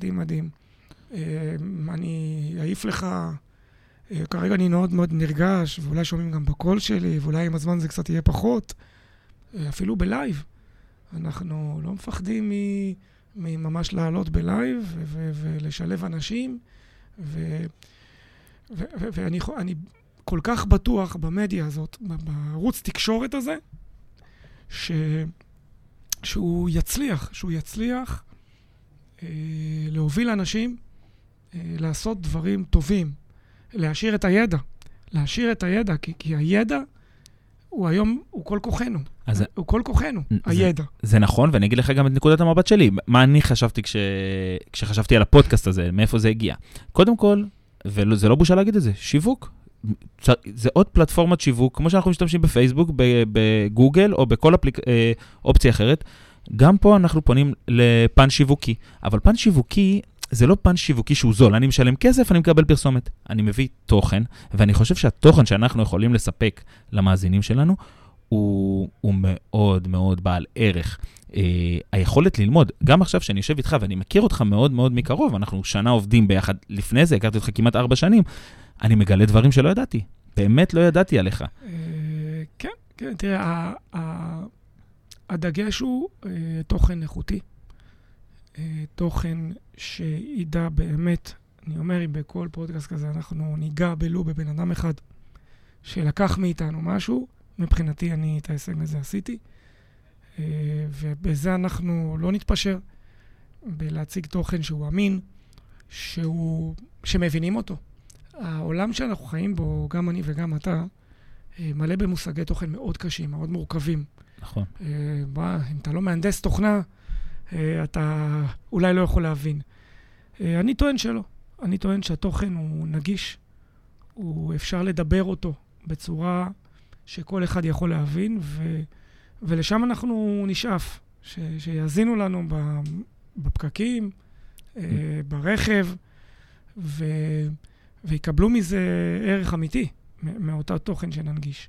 S2: אני אעיף לך, כרגע אני מאוד מאוד נרגש, ואולי שומעים גם בקול שלי, ואולי עם הזמן זה קצת יהיה פחות. אפילו בלייב. אנחנו לא מפחדים ממש לעלות בלייב ולשלב אנשים, ואני כל כך בטוח במדיה הזאת, בערוץ תקשורת הזה, שהוא יצליח להוביל אנשים, לעשות דברים טובים, להשאיר את הידע, כי הידע הוא היום, הוא כל כוחנו, הידע.
S1: זה נכון, ואני אגיד לך גם את נקודת המבט שלי. מה אני חשבתי כשחשבתי על הפודקאסט הזה, מאיפה זה הגיע. קודם כל, וזה לא בושה להגיד את זה, שיווק. זה עוד פלטפורמת שיווק, כמו שאנחנו משתמשים בפייסבוק, בגוגל, או בכל אופציה אחרת. גם פה אנחנו פונים לפן שיווקי, אבל פן שיווקי זה לא פן שיווקי שהוא זול. אני משלם כסף, אני מקבל פרסומת. אני מביא תוכן, ואני חושב שהתוכן שאנחנו יכולים לספק למאזינים שלנו, הוא מאוד מאוד בעל ערך. היכולת ללמוד, גם עכשיו שאני יושב איתך, ואני מכיר אותך מאוד מאוד מקרוב, אנחנו שנה עובדים ביחד לפני זה, הכרתי אותך כמעט 4 שנים, אני מגלה דברים שלא ידעתי. באמת לא ידעתי עליך.
S2: כן, תראה, הדגש הוא תוכן איכותי. תוכן שידע באמת, אני אומר, אם בכל פודקאסט כזה אנחנו ניגע בלו בבן אדם אחד שלקח מאיתנו משהו, מבחינתי אני את ההישג הזה עשיתי, ובזה אנחנו לא נתפשר בלהציג תוכן שהוא אמין, שמבינים אותו. העולם שאנחנו חיים בו, גם אני וגם אתה, מלא במושגי תוכן מאוד קשים, מאוד מורכבים.
S1: נכון.
S2: אם אתה לא מהנדס תוכנה, אתה אולי לא יכול להבין. אני טוען שלא. אני טוען שהתוכן הוא נגיש, הוא אפשר לדבר אותו בצורה שכל אחד יכול להבין, ולשם אנחנו נשאף, שיאזינו לנו בפקקים, ברכב, ויקבלו מזה ערך אמיתי, מאותו תוכן שננגיש.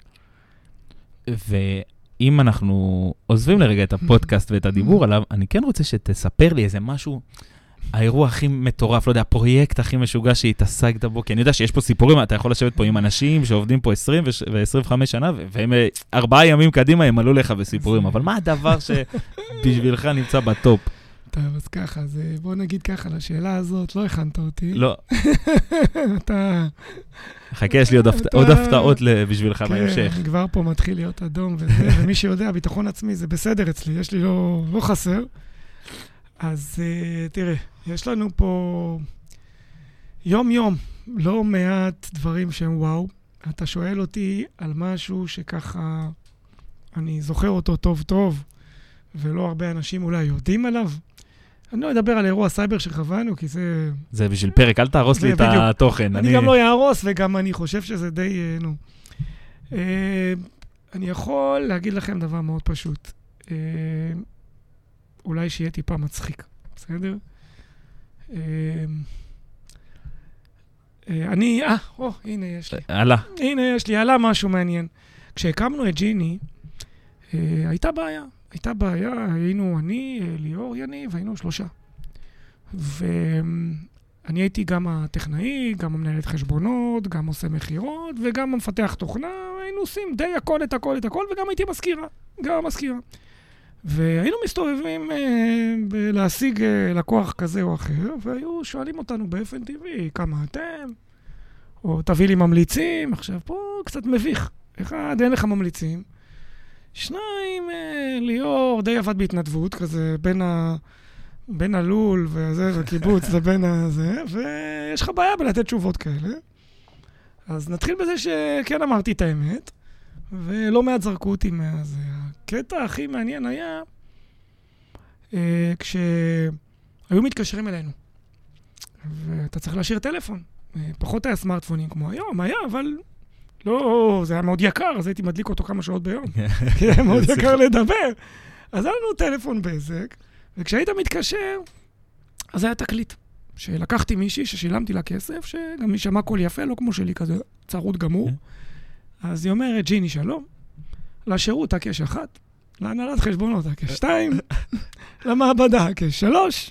S1: אם אנחנו עוזבים לרגע את הפודקאסט ואת הדיבור עליו, אני כן רוצה שתספר לי איזה משהו, האירוע הכי מטורף, לא יודע, הפרויקט הכי משוגע שהתעסקת בו, כי אני יודע שיש פה סיפורים, אתה יכול לשבת פה עם אנשים שעובדים פה 20 ו-25 שנה, והם 4 ימים קדימה הם עלו לך בסיפורים, אבל מה הדבר שבשבילך נמצא בטופ?
S2: טוב, אז ככה, אז בוא נגיד ככה, לשאלה הזאת לא הכנת אותי.
S1: לא.
S2: אתה...
S1: חכה, יש לי עוד הפתעות בשבילך בהמשך.
S2: כן, אני כבר פה מתחיל להיות אדום וזה, ומי שיודע, ביטחון עצמי זה בסדר אצלי, יש לי לא חסר. אז תראה, יש לנו פה יום-יום לא מעט דברים שהם וואו. אתה שואל אותי על משהו שככה אני זוכר אותו טוב-טוב, ולא הרבה אנשים אולי יודעים עליו. אני לא אדבר על אירוע סייבר שחוונו, כי זה...
S1: זה בשביל פרק, אל תהרוס לי את התוכן.
S2: אני גם לא יהרוס, וגם אני חושב שזה די... אני יכול להגיד לכם דבר מאוד פשוט. אולי שיהיה טיפה מצחיק, בסדר? הנה יש לי. הנה יש לי, עלה משהו מעניין. כשהקמנו את ג'יני, הייתה בעיה, היינו אני, ליאור, יניב, היינו 3. ואני הייתי גם הטכנאי, גם המנהלת חשבונות, גם עושה מחירות, וגם המפתח תוכנה, היינו עושים די הכל, וגם הייתי מזכירה. והיינו מסתובבים להשיג לקוח כזה או אחר, והיו שואלים אותנו באופן טבעי, כמה אתם? או תביא לי ממליצים. עכשיו, פה קצת מביך. 1, אין לך ממליצים. 2, ליאור די עבד בהתנדבות, כזה בין הלול וזה, וקיבוץ לבין הזה, ויש לך בעיה בלתת תשובות כאלה. אז נתחיל בזה שכן אמרתי את האמת, ולא מעט זרקו אותי מהזה. הקטע הכי מעניין היה כשהיו מתקשרים אלינו, ואתה צריך להשאיר טלפון. פחות היה סמארטפונים כמו היום, אבל לא, זה היה מאוד יקר, אז הייתי מדליק אותו כמה שעות ביום. כי היה מאוד יקר לדבר. אז היה לנו טלפון בזק, וכשהיית מתקשר, אז היה תקליט. שלקחתי מישהי ששילמתי לה כסף, שגם מי שמע קול יפה, לא כמו שלי, כזה צרות גמור. אז היא אומרת, ג'יני, שלום. לשירות, הקש 1. להנהלת חשבונות, הקש 2. למעבדה, הקש 3.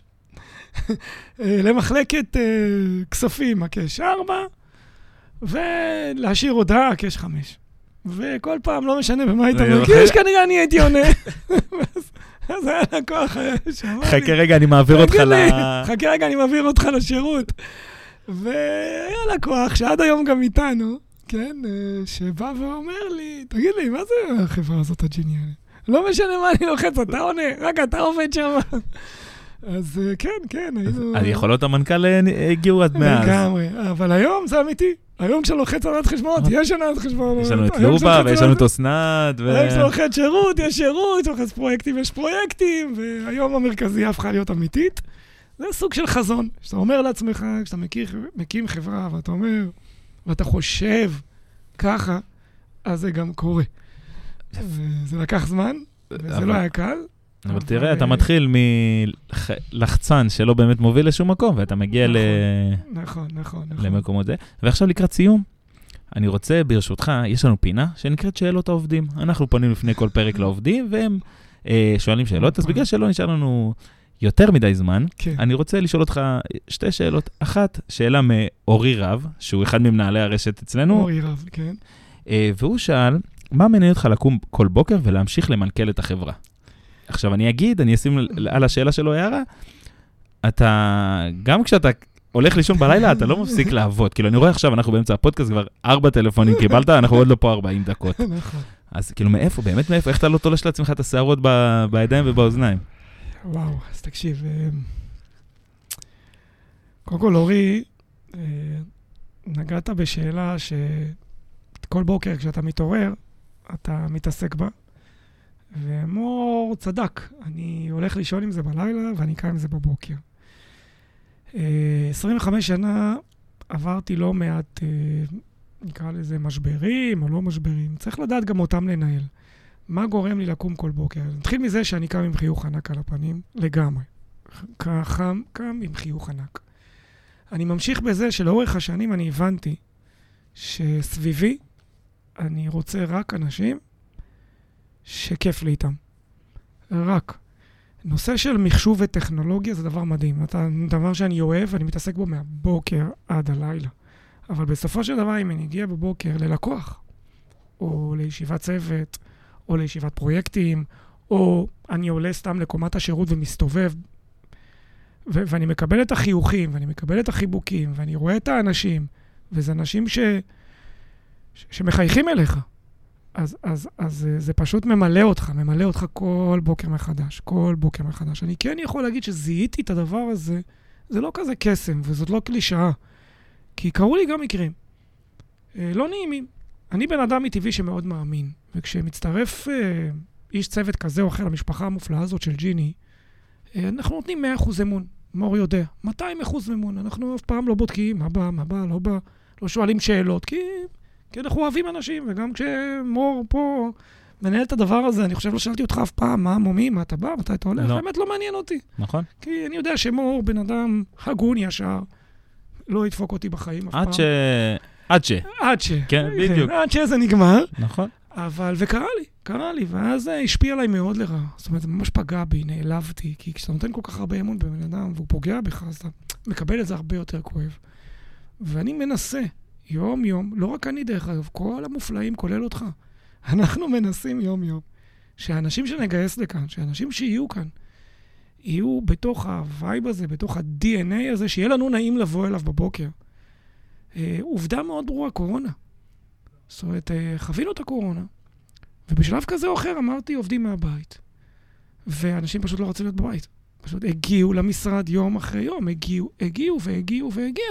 S2: למחלקת כספים, הקש 4. ולהשאיר הודעה, הקש 5. וכל פעם, לא משנה במה היית מרגיש, כנראה אני הייתי עונה. אז היה לקוח,
S1: חכה רגע, אני מעביר אותך
S2: לשירות. והיה לקוח שעד היום גם איתנו, כן, שבא ואומר לי, תגיד לי, מה זה החברה הזאת, הג'יני? לא משנה מה אני לוחץ, אתה עונה, רק אתה עובד שם. אז כן, היינו...
S1: היכולות המנכ"ל הגיעו עד מאז.
S2: לגמרי, אבל היום זה אמיתי. היום כשאתה לוחץ הנהלת חשבונות, יש הנהלת חשבונות.
S1: יש לנו את לובה ויש לנו את אסנת.
S2: היום כשאתה לוחץ שירות, יש שירות, כשאתה לוחץ פרויקטים, יש פרויקטים, והיום המרכזייה הפכה להיות אמיתית. זה סוג של חזון. כשאתה אומר לעצמך, כשאתה מקים חברה, ואתה אומר, ואתה חושב ככה, אז זה גם קורה. זה לקח זמן, וזה לא היה קל.
S1: אבל תראה, אתה מתחיל מלחצן שלא באמת מוביל לשום מקום, ואתה מגיע
S2: נכון.
S1: למקומות זה. ועכשיו לקראת סיום, אני רוצה, ברשותך, יש לנו פינה שנקראת שאלות העובדים. אנחנו פונים לפני כל פרק לעובדים, והם שואלים שאלות, אז בגלל שלא נשאר לנו יותר מדי זמן, אני רוצה לשאול אותך 2 שאלות. אחת, שאלה מאורי רב, שהוא אחד ממנהלי הרשת אצלנו.
S2: אורי רב, כן.
S1: והוא שאל, מה מניע אותך לקום כל בוקר ולהמשיך למנכ"ל את החברה? עכשיו אני אשים על השאלה שלו הערה, גם כשאתה הולך לישון בלילה, אתה לא מפסיק לעבוד. כאילו אני רואה עכשיו, אנחנו באמצע הפודקאסט כבר 4 טלפונים קיבלת, אנחנו עוד לא פה 40 דקות. אז כאילו מאיפה, באמת מאיפה, איך אתה לא תולש לעצמך את השערות בידיים ובאוזניים?
S2: וואו, אז תקשיב. קודם כל, אורי, נגעת בשאלה שכל בוקר כשאתה מתעורר, אתה מתעסק בה. ומור צדק, אני הולך לישון עם זה בלילה ואני קם עם זה בבוקר. 25 שנה עברתי לא מעט, נקרא לזה משברים או לא משברים. צריך לדעת גם אותם לנהל. מה גורם לי לקום כל בוקר? נתחיל מזה שאני קם עם חיוך ענק על הפנים, לגמרי. קם עם חיוך ענק. אני ממשיך בזה שלאורך השנים אני הבנתי שסביבי אני רוצה רק אנשים שכיף לי איתם. רק. נושא של מחשוב וטכנולוגיה זה דבר מדהים. דבר שאני אוהב ואני מתעסק בו מהבוקר עד הלילה. אבל בסופו של דבר, אם אני אגיע בבוקר ללקוח, או לישיבת צוות, או לישיבת פרויקטים, או אני עולה סתם לקומת השירות ומסתובב, ואני מקבל את החיוכים, ואני מקבל את החיבוקים, ואני רואה את האנשים, וזה אנשים שמחייכים אליך. אז זה פשוט ממלא אותך כל בוקר מחדש, כל בוקר מחדש. אני כן יכול להגיד שזיהיתי את הדבר הזה, זה לא כזה קסם, וזאת לא קלישאה, כי קראו לי גם מקרים. לא נעימים. אני בן אדם מטבעי שמאוד מאמין, וכשמצטרף איש צוות כזה או אחר למשפחה המופלאה הזאת של ג'יני, אנחנו נותנים 100% אמון, מור יודע, 200% אמון, אנחנו אף פעם לא בודקים, מה בא, לא בא, לא שואלים שאלות, כי אנחנו אוהבים אנשים, וגם כשמור פה מנהל את הדבר הזה, אני חושב לא שאלתי אותך אף פעם, מה מומי, מה אתה בא, מתי אתה הולך, באמת לא מעניין אותי.
S1: נכון.
S2: כי אני יודע שמור בן אדם הגון ישר, לא ידפוק אותי בחיים אף פעם.
S1: עד ש. כן, בדיוק.
S2: עד שזה נגמר.
S1: נכון.
S2: אבל, קרה לי, ואז השפיע עליי מאוד לרע. זאת אומרת, זה ממש פגע בי, נעלבתי, כי כשאתה נותן כל כך הרבה אמון בבן אדם, והוא פוגע בך, אז אתה מקבל את זה הרבה יותר כואב. ואני מנסה, יום-יום, לא רק אני דרך אגב, כל המופלאים, כולל אותך, אנחנו מנסים יום-יום, שהאנשים שנגייס לכאן, שהאנשים שיהיו כאן, יהיו בתוך הווייב הזה, בתוך ה-DNA הזה, שיהיה לנו נעים לבוא אליו בבוקר. עובדה מאוד ברורה, קורונה. זאת אומרת, חווינו את הקורונה, ובשלב כזה או אחר אמרתי, עובדים מהבית. ואנשים פשוט לא רצו להיות בבית. פשוט הגיעו למשרד יום אחרי יום, הגיעו.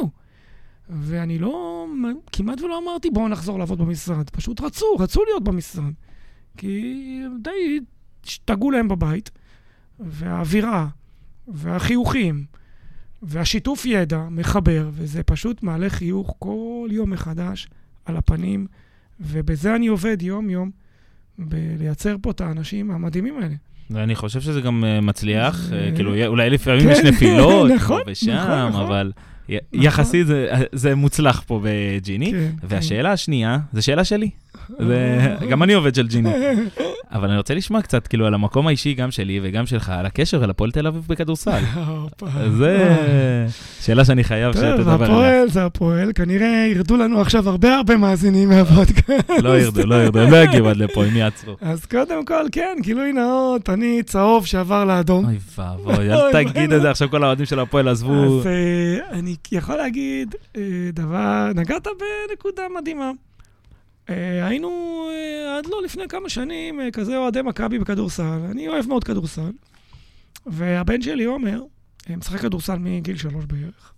S2: ואני לא, כמעט ולא אמרתי, בואו נחזור לעבוד במשרד. פשוט רצו להיות במשרד. כי די השתגעו להם בבית, והאווירה, והחיוכים, והשיתוף ידע מחבר, וזה פשוט מעלה חיוך כל יום מחדש על הפנים, ובזה אני עובד יום-יום, בלייצר פה את האנשים המדהימים האלה.
S1: ואני חושב שזה גם מצליח, כאילו אולי לפעמים יש נפילות,
S2: נכון,
S1: ושם, אבל יחסית זה מוצלח פה בג'יני. והשאלה השנייה, זו שאלה שלי. גם אני עובד של ג'יני. אבל אני רוצה לשמוע קצת, כאילו, על המקום האישי, גם שלי וגם שלך, על הקשר, על הפועל תל אביב בכדורסל. זה שאלה שאני חייב שתדבר עליה.
S2: זה הפועל, כנראה ירדו לנו עכשיו הרבה מאזינים מהפודקאסט.
S1: לא ירדו, הם לא יגיעו עד לפה, הם יעצרו.
S2: אז קודם כל, כן, גילוי נאות, אני צהוב שעבר לאדום.
S1: אוי ואבוי, אל תגיד את זה, עכשיו כל האוהדים של הפועל עזבו.
S2: אז אני יכול להגיד דבר, נגעת בנקודה מדהימה. היינו עד לא לפני כמה שנים כזה אוהדי מכבי בכדורסל. אני אוהב מאוד כדורסל. והבן שלי עומר משחק כדורסל מגיל 3 בערך.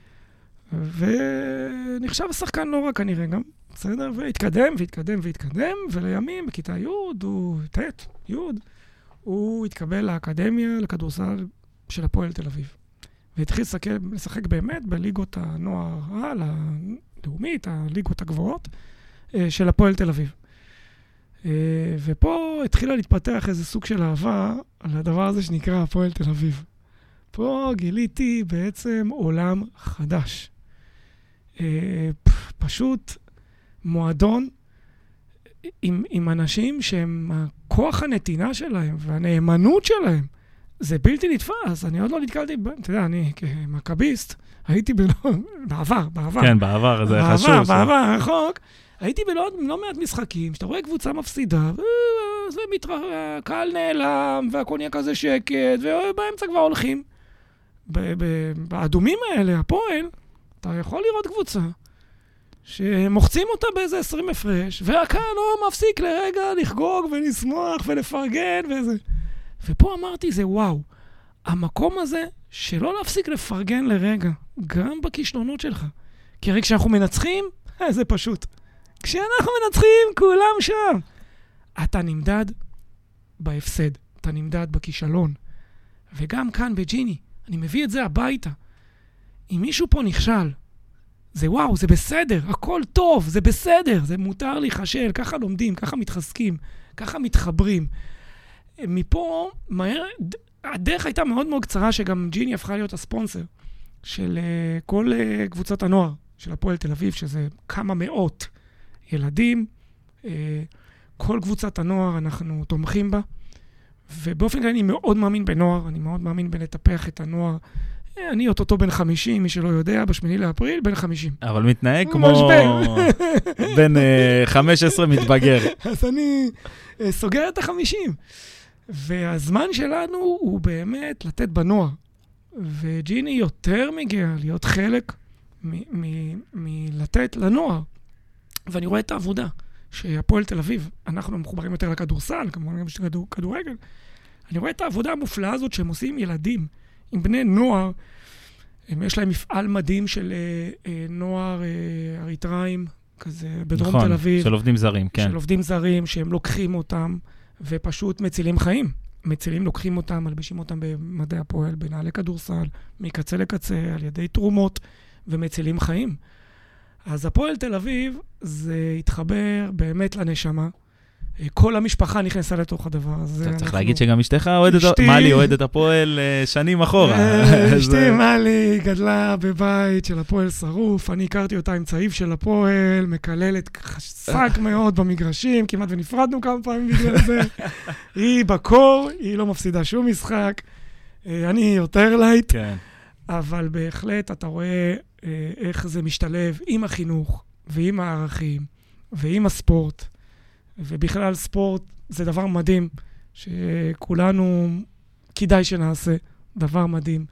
S2: ונחשב שחקן לא רע כנראה גם. בסדר? והתקדם. ולימים בכיתה י' הוא התקבל לאקדמיה לכדורסל של הפועל תל אביב. והתחיל לשחק באמת בליגות הנוער הלאומית, הליגות הגבוהות. של הפועל תל אביב. ופה התחילה להתפתח איזה סוג של אהבה על הדבר הזה שנקרא הפועל תל אביב. פה גיליתי בעצם עולם חדש. פשוט מועדון עם אנשים שהם הכוח הנתינה שלהם והנאמנות שלהם. זה בלתי נתפס. אני עוד לא נתקלתי, אתה יודע, אני כמכביסט, הייתי בעבר.
S1: כן, בעבר, זה חשוב.
S2: בעבר, רחוק. הייתי בלא מעט משחקים, שאתה רואה קבוצה מפסידה, הקהל נעלם, והקוניאק הזה שקט, ובאמצע כבר הולכים. באדומים האלה, הפועל, אתה יכול לראות קבוצה, שמוחצים אותה באיזה 20 הפרש, והקהל לא מפסיק לרגע לחגוג ולשמוח ולפרגן וזה. ופה אמרתי, זה וואו, המקום הזה שלא להפסיק לפרגן לרגע, גם בכישלונות שלך. כי הרי כשאנחנו מנצחים, זה פשוט. כשאנחנו מנצחים, כולם שם. אתה נמדד בהפסד, אתה נמדד בכישלון. וגם כאן בג'יני, אני מביא את זה הביתה. אם מישהו פה נכשל, זה וואו, זה בסדר, הכל טוב, זה בסדר, זה מותר להיחשל, ככה לומדים, ככה מתחזקים, ככה מתחברים. מפה, מהר, הדרך הייתה מאוד מאוד קצרה, שגם ג'יני הפכה להיות הספונסר של כל קבוצת הנוער של הפועל תל אביב, שזה כמה מאות ילדים. כל קבוצת הנוער אנחנו תומכים בה, ובאופן כלל אני מאוד מאמין בנוער, אני מאוד מאמין בלטפח את הנוער. אני אותו בן 50, מי שלא יודע, ב8 לאפריל, בן 50.
S1: אבל מתנהג כמו בן 15 מתבגר.
S2: אז אני סוגר את ה50. והזמן שלנו הוא באמת לתת בנוער. וג'יני יותר מגיע להיות חלק מלתת לנוער. ואני רואה את העבודה שהפועל תל אביב, אנחנו מחוברים יותר לכדורסל, כמובן גם כדורגל, אני רואה את העבודה המופלאה הזאת שהם עושים ילדים, עם בני נוער, יש להם מפעל מדהים של נוער אריתראים, כזה בדרום תל אביב.
S1: של עובדים זרים, כן.
S2: של עובדים זרים, שהם לוקחים אותם, ופשוט מצילים חיים. לוקחים אותם, מלבישים אותם במדעי הפועל, בנעלי כדורסל, מקצה לקצה, על ידי תרומות, ומצילים חיים. אז הפועל תל אביב, זה התחבר באמת לנשמה. כל המשפחה נכנסה לתוך הדבר הזה.
S1: אתה צריך להגיד שגם אשתך מלי אוהדת הפועל שנים אחורה.
S2: אשתי מלי גדלה בבית של הפועל שרוף, אני הכרתי אותה עם צעיף של הפועל, מקללת חסק מאוד במגרשים, כמעט ונפרדנו כמה פעמים בגלל זה. היא בקור, היא לא מפסידה שום משחק, אני יותר לייט, אבל בהחלט אתה רואה איך זה משתלב עם החינוך ועם הערכים ועם הספורט. ובכלל ספורט זה דבר מדהים, שכולנו כדאי שנעשה, דבר מדהים.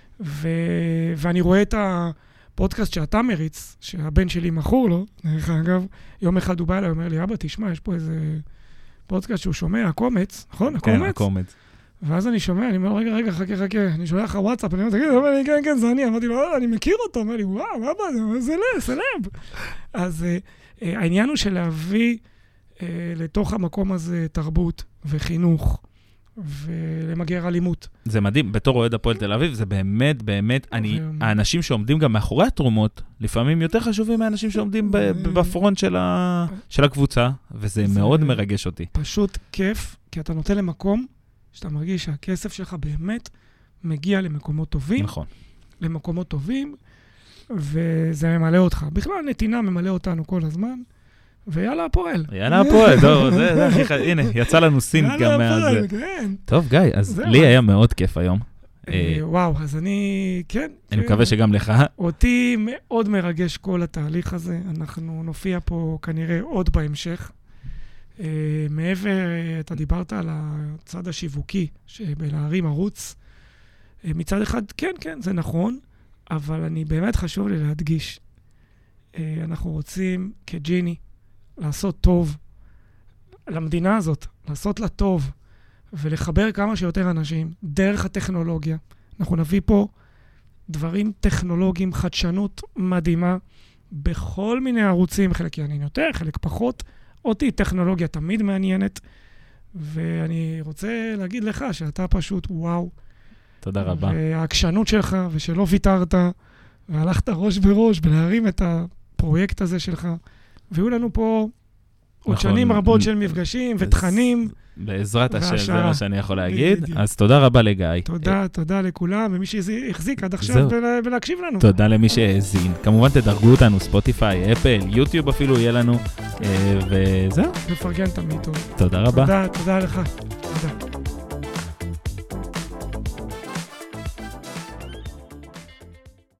S2: ואני רואה את הפודקאסט שאתה מריץ, שהבן שלי מכור לו, דרך אגב, יום אחד הוא בא אליי, אומר לי, אבא, תשמע, יש פה איזה פודקאסט שהוא שומע, הקומץ, נכון? הקומץ?
S1: כן, הקומץ.
S2: ואז אני שומע, אני אומר, רגע, חכה, אני שולח לך וואטסאפ, אני אומר, תגיד, הוא אומר לי, כן, זה אני, אמרתי לו, אני מכיר אותו, אומר לי, וואו, אבא, זה סלב. אז העניין הוא של להביא לתוך המקום הזה תרבות וחינוך ולמגר אלימות.
S1: זה מדהים, בתור אוהד הפועל תל אביב, זה באמת, האנשים שעומדים גם מאחורי התרומות, לפעמים יותר חשובים מהאנשים שעומדים בפרונט של הקבוצה, וזה מאוד מרגש אותי.
S2: פשוט כיף, כי אתה נותן למקום שאתה מרגיש שהכסף שלך באמת מגיע למקומות טובים. נכון. למקומות טובים, וזה ממלא אותך. בכלל נתינה ממלא אותנו כל הזמן. ויאללה הפועל.
S1: זה הכי חשוב. הנה, יצא לנו סינק גם מהזה. טוב, גיא, אז לי היה מאוד כיף היום.
S2: וואו, אז כן.
S1: אני מקווה שגם לך.
S2: אותי מאוד מרגש כל התהליך הזה. אנחנו נופיע פה כנראה עוד בהמשך. מעבר, אתה דיברת על הצד השיווקי, שבלהרים ערוץ. מצד אחד, כן, זה נכון, אבל אני באמת חשוב לי להדגיש. אנחנו רוצים כג'יני, לעשות טוב למדינה הזאת, לעשות לה טוב, ולחבר כמה שיותר אנשים דרך הטכנולוגיה. אנחנו נביא פה דברים טכנולוגיים, חדשנות מדהימה, בכל מיני ערוצים, חלק יעניין יותר, חלק פחות. אותי טכנולוגיה תמיד מעניינת, ואני רוצה להגיד לך שאתה פשוט וואו.
S1: תודה רבה.
S2: והעקשנות שלך, ושלא ויתרת, והלכת ראש בראש בלהרים את הפרויקט הזה שלך, והיו לנו פה עוד שנים רבות של מפגשים ותכנים.
S1: בעזרת השם, זה מה שאני יכול להגיד. אז תודה רבה לגיא.
S2: תודה לכולם, ומי שהחזיק עד עכשיו ולהקשיב לנו.
S1: תודה למי שהאזין. כמובן תדרגו אותנו, ספוטיפיי, אפל, יוטיוב אפילו יהיה לנו, וזהו.
S2: מפרגן תמיד טוב.
S1: תודה רבה.
S2: תודה לך. תודה.